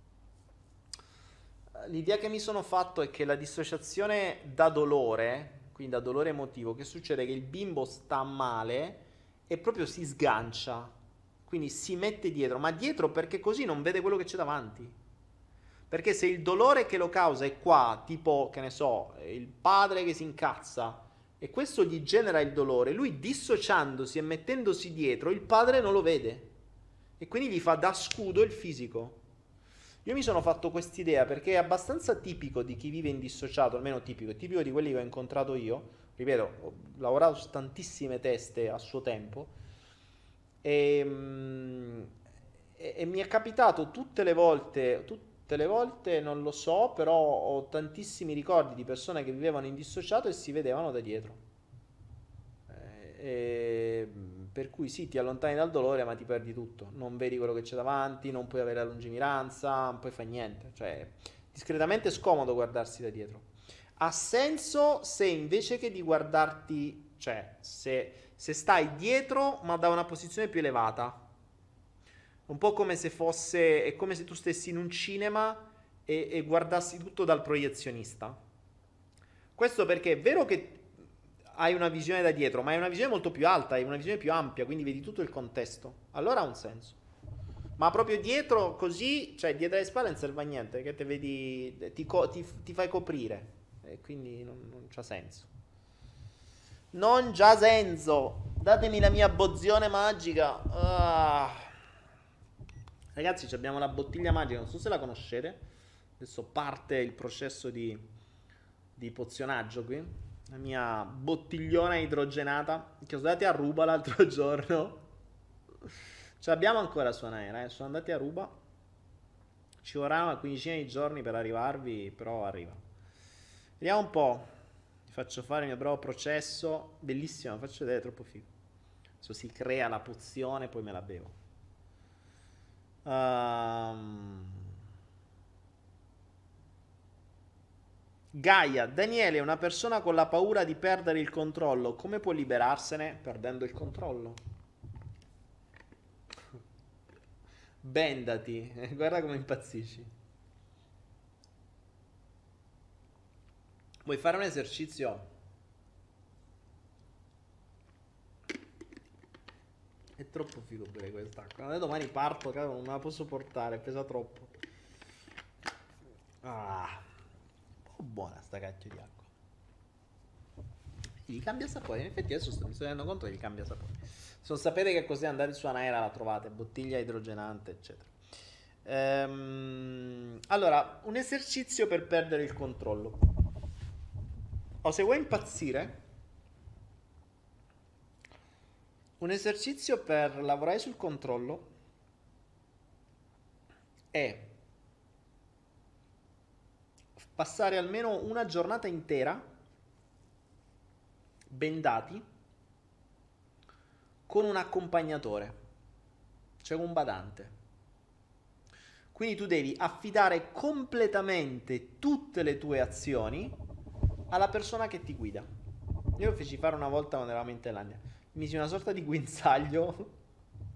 Speaker 2: L'idea che mi sono fatto è che la dissociazione da dolore... quindi da dolore emotivo, che succede che il bimbo sta male e proprio si sgancia, quindi si mette dietro, ma dietro perché così non vede quello che c'è davanti. Perché se il dolore che lo causa è qua, tipo, che ne so, il padre che si incazza, e questo gli genera il dolore, lui dissociandosi e mettendosi dietro, il padre non lo vede, e quindi gli fa da scudo il fisico. Io mi sono fatto quest'idea perché è abbastanza tipico di chi vive indissociato, almeno tipico, è tipico di quelli che ho incontrato io. Ripeto, ho lavorato su tantissime teste a suo tempo e, e, e mi è capitato tutte le volte, tutte le volte non lo so, però ho tantissimi ricordi di persone che vivevano indissociato e si vedevano da dietro. E, per cui sì, ti allontani dal dolore ma ti perdi tutto, non vedi quello che c'è davanti, non puoi avere la lungimiranza, non puoi fare niente, cioè discretamente è scomodo guardarsi da dietro. Ha senso se invece che di guardarti, cioè se, se stai dietro ma da una posizione più elevata, un po' come se fosse, è come se tu stessi in un cinema e, e guardassi tutto dal proiezionista. Questo perché è vero che hai una visione da dietro, ma è una visione molto più alta, hai una visione più ampia, quindi vedi tutto il contesto. Allora ha un senso. Ma proprio dietro, così, cioè dietro le spalle non serve a niente, che te vedi, ti, ti, ti fai coprire, e quindi non, non c'ha senso. Non c'ha senso. Datemi la mia bozione magica. Ah. Ragazzi, abbiamo la bottiglia magica, non so se la conoscete. Adesso parte il processo di, di pozionaggio qui. La mia bottigliona idrogenata che sono andati a ruba l'altro giorno. Ce l'abbiamo ancora su Anaera, eh? Sono andati a ruba. Ci vorrà una quindicina di giorni per arrivarvi, però arriva. Vediamo un po'. Vi faccio fare il mio bravo processo. Bellissimo, faccio vedere, è troppo figo. Adesso si crea la pozione, poi me la bevo. Um... Gaia, Daniele è una persona con la paura di perdere il controllo. Come può liberarsene? Perdendo il controllo. Bendati, guarda come impazzisci. Vuoi fare un esercizio? È troppo figo bere quest'acqua. Domani parto, cavolo, non me la posso portare, pesa troppo. Ah. Buona sta cacchio di acqua. Gli cambia sapore. In effetti adesso sto, mi sto rendendo conto che gli cambia sapore. Se non sapete che cos'è, andate su Anaera, la trovate, bottiglia idrogenante eccetera. Ehm, allora, un esercizio per perdere il controllo. O se vuoi impazzire, un esercizio per lavorare sul controllo è passare almeno una giornata intera bendati con un accompagnatore, cioè un badante. Quindi tu devi affidare completamente tutte le tue azioni alla persona che ti guida. Io lo feci fare una volta quando eravamo in Thailandia. Mi misi una sorta di guinzaglio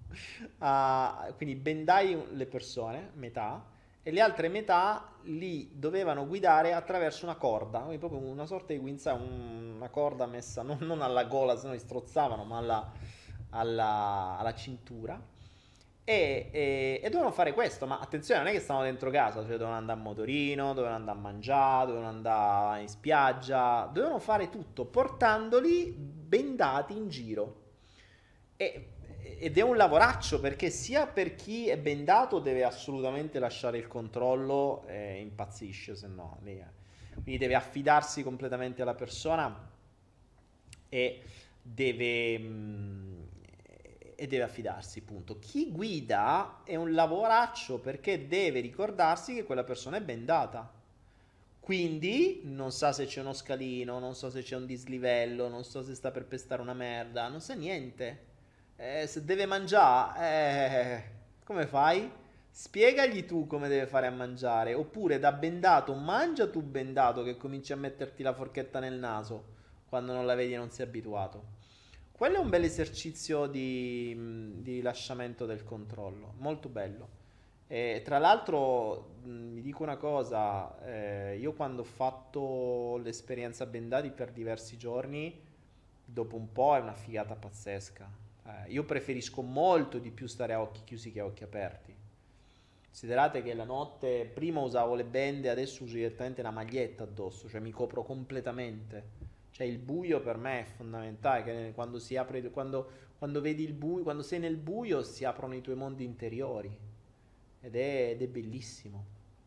Speaker 2: Ah, quindi bendai le persone, metà, e le altre metà li dovevano guidare attraverso una corda, quindi proprio una sorta di guinzaglio, un- una corda messa non, non alla gola, se no li strozzavano, ma alla, alla- alla cintura. E, e- e dovevano fare questo, ma attenzione, non è che stavano dentro casa, cioè dovevano andare a motorino, dovevano andare a mangiare, dovevano andare in spiaggia, dovevano fare tutto portandoli bendati in giro. E- ed è un lavoraccio perché sia per chi è bendato deve assolutamente lasciare il controllo e impazzisce, se no. lì è- Quindi deve affidarsi completamente alla persona e deve, mm, e deve affidarsi, punto. Chi guida è un lavoraccio perché deve ricordarsi che quella persona è bendata. Quindi non sa se c'è uno scalino, non so se c'è un dislivello, non so se sta per pestare una merda, non sa niente. Eh, se deve mangiare, eh, come fai? Spiegagli tu come deve fare a mangiare. Oppure da bendato, mangia tu bendato che cominci a metterti la forchetta nel naso quando non la vedi e non sei abituato. Quello è un bel esercizio di, di rilasciamento del controllo, molto bello. E tra l'altro, mh, mi dico una cosa, eh, io quando ho fatto l'esperienza bendati per diversi giorni, dopo un po' è una figata pazzesca. Eh, io preferisco molto di più stare a occhi chiusi che a occhi aperti. Considerate che la notte prima usavo le bende, adesso uso direttamente una maglietta addosso, cioè mi copro completamente. Cioè il buio per me è fondamentale, che quando si apre, quando, quando vedi il buio, quando sei nel buio si aprono i tuoi mondi interiori ed è, ed è bellissimo.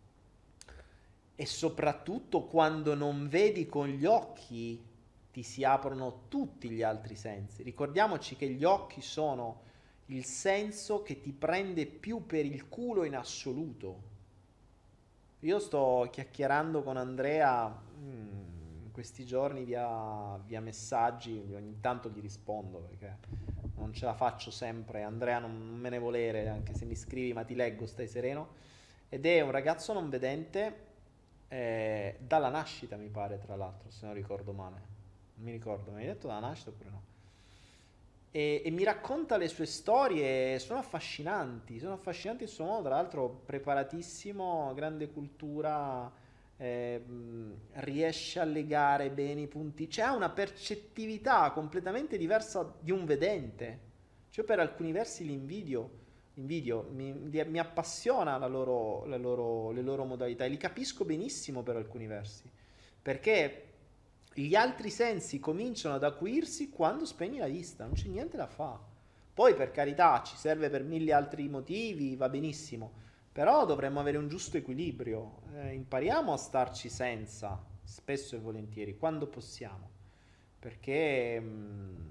Speaker 2: E soprattutto quando non vedi con gli occhi ti si aprono tutti gli altri sensi. Ricordiamoci che gli occhi sono il senso che ti prende più per il culo in assoluto. Io sto chiacchierando con Andrea mm, in questi giorni via, via messaggi, ogni tanto gli rispondo perché non ce la faccio sempre. Andrea non me ne volere, anche se mi scrivi, ma ti leggo, stai sereno. Ed è un ragazzo non vedente eh, dalla nascita, mi pare, tra l'altro, se non ricordo male. Non mi ricordo, mi hai detto dalla nascita oppure no? E, e mi racconta le sue storie, sono affascinanti, sono affascinanti il suo modo, tra l'altro preparatissimo, grande cultura, eh, mh, riesce a legare bene i punti, cioè ha una percettività completamente diversa di un vedente. Cioè per alcuni versi li invidio, invidio, mi, mi- mi appassiona la loro, la loro- le loro modalità e li capisco benissimo per alcuni versi, perché gli altri sensi cominciano ad acuirsi quando spegni la vista, non c'è niente da fare. Poi per carità ci serve per mille altri motivi, va benissimo, però dovremmo avere un giusto equilibrio. Eh, impariamo a starci senza, spesso e volentieri, quando possiamo, perché mh,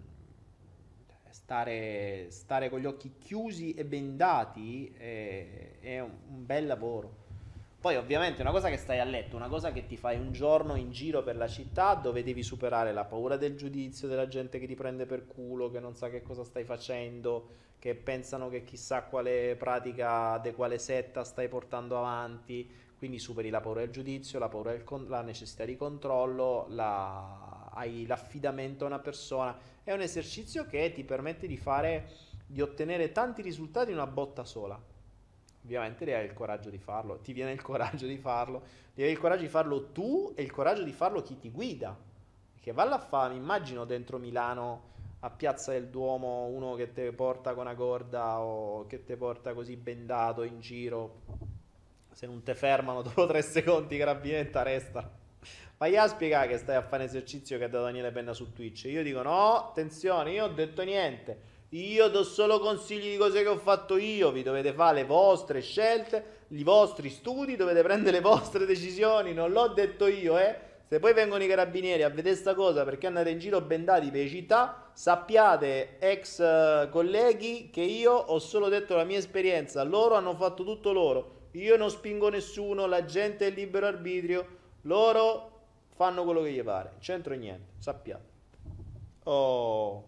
Speaker 2: stare, stare con gli occhi chiusi e bendati è, è un, un bel lavoro. Poi ovviamente una cosa che stai a letto, una cosa che ti fai un giorno in giro per la città dove devi superare la paura del giudizio della gente che ti prende per culo, che non sa che cosa stai facendo, che pensano che chissà quale pratica, di quale setta stai portando avanti, quindi superi la paura del giudizio, la, paura del con- la necessità di controllo, la- hai l'affidamento a una persona. È un esercizio che ti permette di fare, di ottenere tanti risultati in una botta sola. Ovviamente devi avere il coraggio di farlo, ti viene il coraggio di farlo, devi avere il coraggio di farlo tu e il coraggio di farlo chi ti guida. Perché valla a fare, mi immagino dentro Milano a Piazza del Duomo uno che te porta con una corda o che te porta così bendato in giro. Se non te fermano dopo tre secondi, i carabinieri t'arrestano. Vai a spiegare che stai a fare un esercizio che ha dato Daniele Penna su Twitch. Io dico no, attenzione, io ho detto niente. Io do solo consigli di cose che ho fatto io. Vi dovete fare le vostre scelte, i vostri studi, dovete prendere le vostre decisioni. Non l'ho detto io, eh. Se poi vengono i carabinieri a vedere sta cosa perché andate in giro bendati per città, sappiate, ex eh, colleghi, che io ho solo detto la mia esperienza. Loro hanno fatto tutto loro. Io non spingo nessuno, la gente è libero arbitrio. Loro fanno quello che gli pare, c'entro niente, sappiate. Oh.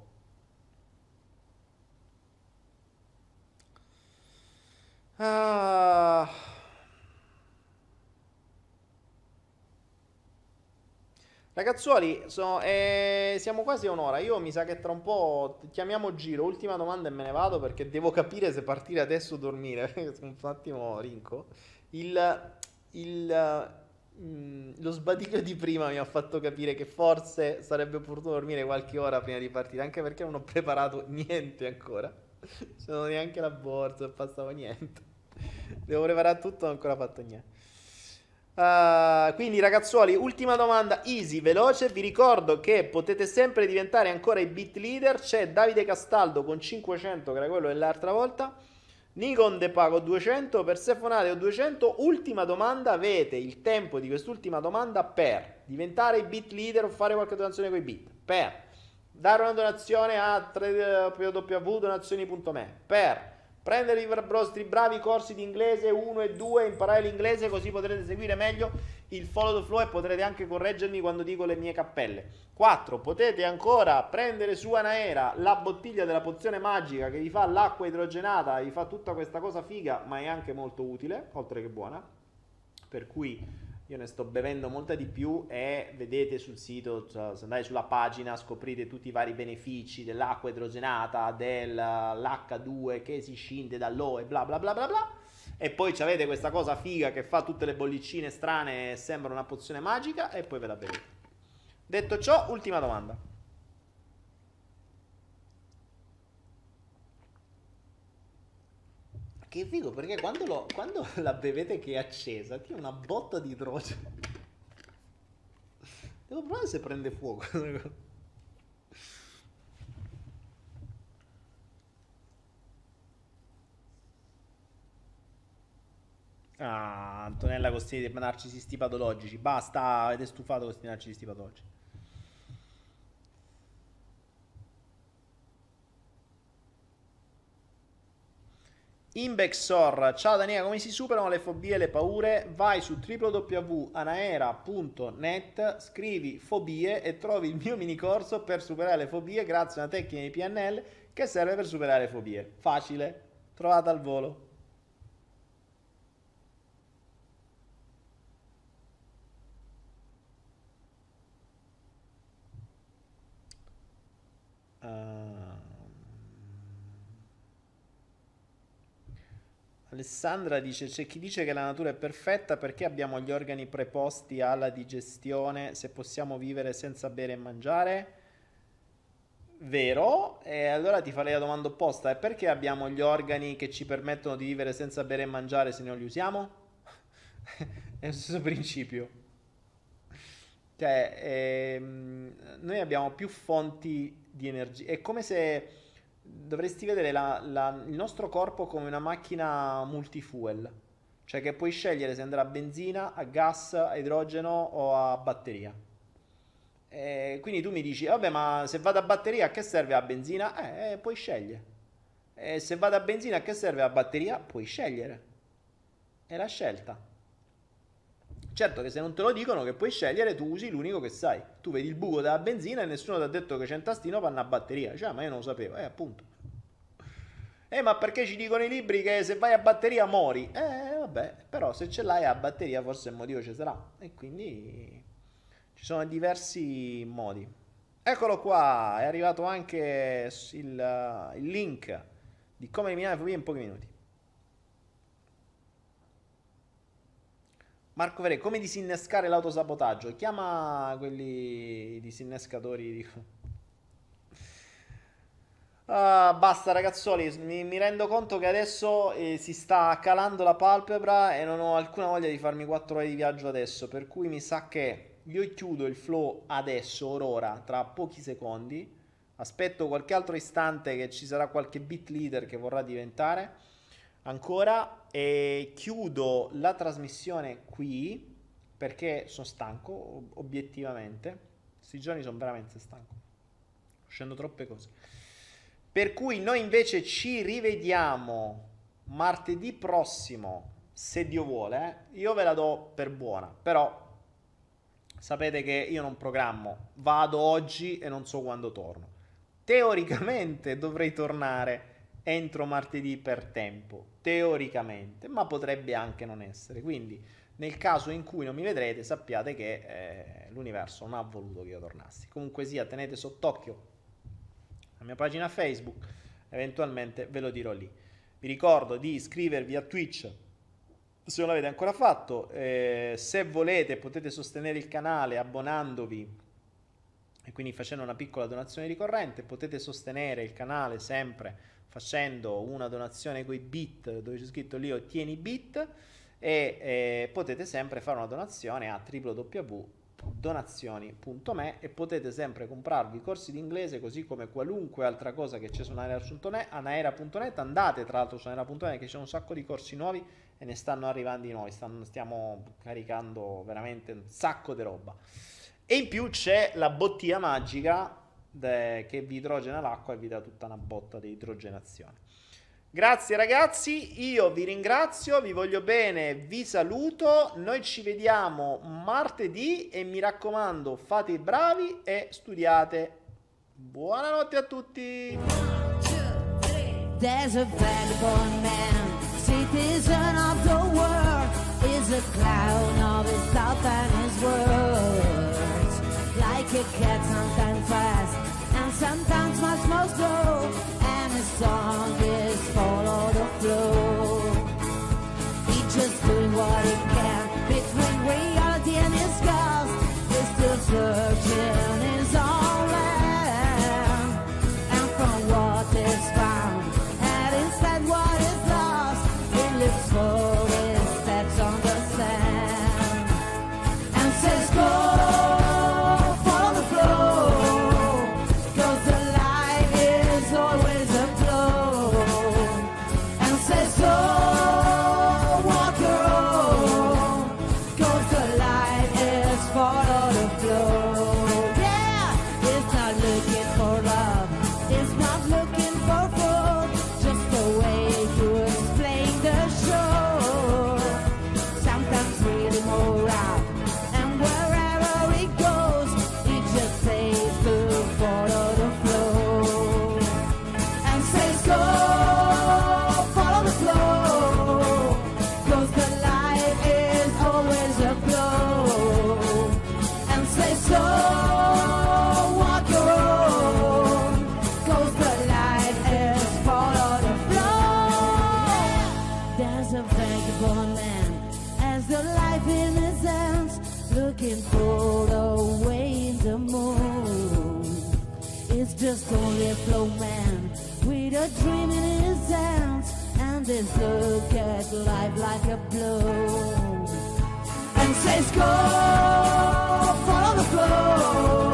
Speaker 2: Ah. Ragazzuoli, so- eh, siamo quasi a un'ora. Io mi sa che tra un po' chiamiamo giro. Ultima domanda e me ne vado perché devo capire se partire adesso o dormire. perché sono un attimo rinco. Il, il, mm, lo sbadiglio di prima mi ha fatto capire che forse sarebbe opportuno dormire qualche ora prima di partire, anche perché non ho preparato niente ancora. Non ho neanche la borsa, non passavo niente. Devo preparare tutto, non ho ancora fatto niente. Uh, quindi ragazzuoli, ultima domanda easy, veloce. Vi ricordo che potete sempre diventare ancora i bit leader. C'è Davide Castaldo con cinquecento, che era quello dell'altra volta. Nikon De Pago duecento, Persefonate o duecento. Ultima domanda, avete il tempo di quest'ultima domanda per diventare i bit leader o fare qualche donazione con i bit, per dare una donazione a w w w punto donazioni punto me, per prendere i vostri bravi corsi di inglese uno e due, imparare l'inglese così potrete seguire meglio il follow the flow e potrete anche correggermi quando dico le mie cappelle. quattro. Potete ancora prendere su Anaera la bottiglia della pozione magica che vi fa l'acqua idrogenata, vi fa tutta questa cosa figa, ma è anche molto utile, oltre che buona. Per cui io ne sto bevendo molta di più e vedete sul sito, cioè, se andate sulla pagina scoprite tutti i vari benefici dell'acqua idrogenata, dell'acca due che si scinde dall'O e bla bla bla bla bla. E poi avete questa cosa figa che fa tutte le bollicine strane e sembra una pozione magica e poi ve la bevete. Detto ciò, ultima domanda. Che figo, perché quando, lo, quando la bevete che è accesa, ti una botta di idrogeno. Devo provare se prende fuoco. Ah, Antonella con questi narcisisti patologici. Basta, avete stufato con questi narcisisti patologici. Imbexor, ciao Daniele, come si superano le fobie e le paure? Vai su w w w punto anaera punto net, scrivi fobie e trovi il mio mini corso per superare le fobie grazie a una tecnica di P N L che serve per superare le fobie. Facile, trovata al volo. Uh... Alessandra dice: c'è chi dice che la natura è perfetta perché abbiamo gli organi preposti alla digestione se possiamo vivere senza bere e mangiare. Vero? E allora ti farei la domanda opposta: è perché abbiamo gli organi che ci permettono di vivere senza bere e mangiare se non li usiamo? È lo stesso principio. Cioè, ehm, noi abbiamo più fonti di energia. È come se dovresti vedere la- la- il nostro corpo come una macchina multifuel, cioè che puoi scegliere se andare a benzina, a gas, a idrogeno o a batteria. E quindi tu mi dici, vabbè, ma se vado a batteria a che serve la benzina? Eh, eh, puoi scegliere. E se vado a benzina a che serve la batteria? Puoi scegliere. È la scelta. Certo che se non te lo dicono che puoi scegliere, tu usi l'unico che sai. Tu vedi il buco della benzina e nessuno ti ha detto che c'è un tastino per una batteria. Cioè, ma io non lo sapevo, eh, appunto. Eh, ma perché ci dicono i libri che se vai a batteria mori? Eh, vabbè, però se ce l'hai a batteria forse il motivo ci sarà. E quindi ci sono diversi modi. Eccolo qua, è arrivato anche il, il link di come eliminare le fobie in pochi minuti. Marco Vere, come disinnescare l'autosabotaggio? Chiama quelli disinnescatori di... Ah, basta ragazzoli, mi, mi rendo conto che adesso eh, si sta calando la palpebra e non ho alcuna voglia di farmi quattro ore di viaggio adesso, per cui mi sa che io chiudo il flow adesso, or ora, tra pochi secondi, aspetto qualche altro istante che ci sarà qualche bit leader che vorrà diventare ancora e chiudo la trasmissione qui perché sono stanco, obiettivamente, questi giorni sono veramente stanco, scendo troppe cose. Per cui noi invece ci rivediamo martedì prossimo, se Dio vuole. Eh? Io ve la do per buona, però sapete che io non programmo, vado oggi e non so quando torno. Teoricamente dovrei tornare entro martedì per tempo, teoricamente, ma potrebbe anche non essere. Quindi Nel caso in cui non mi vedrete, sappiate che eh, l'universo non ha voluto che io tornassi. Comunque sia, tenete sott'occhio la mia pagina Facebook, eventualmente ve lo dirò lì. Vi ricordo di iscrivervi a Twitch se non l'avete ancora fatto. Eh, se volete potete sostenere il canale abbonandovi e quindi facendo una piccola donazione ricorrente. Potete sostenere il canale sempre facendo una donazione con i bit, dove c'è scritto lì ottieni bit, e eh, potete sempre fare una donazione a w w w punto donazioni punto me e potete sempre comprarvi corsi di inglese, così come qualunque altra cosa che c'è su anaera punto net. Andate tra l'altro su anaera punto net, che c'è un sacco di corsi nuovi e ne stanno arrivando di nuovi, stanno, stiamo caricando veramente un sacco di roba. E in più c'è la bottiglia magica de, che vi idrogena l'acqua e vi dà tutta una botta di idrogenazione. Grazie ragazzi, io vi ringrazio, vi voglio bene, vi saluto, noi ci vediamo martedì e mi raccomando fate i bravi e studiate. Buonanotte a tutti.
Speaker 1: There's a vagabond man, citizen of the world, is a clown of his thoughts and his words. Like a cat, sometimes fast and sometimes much more slow, and his song is follow the flow. He's just doing what he can between reality and his ghost. He's still searching his own land, and from what is found and instead what is lost, he looks for his steps on the sand and says go. Just only a flow man with a dream in his hands, and this look at life like a blow, and says go, follow the flow.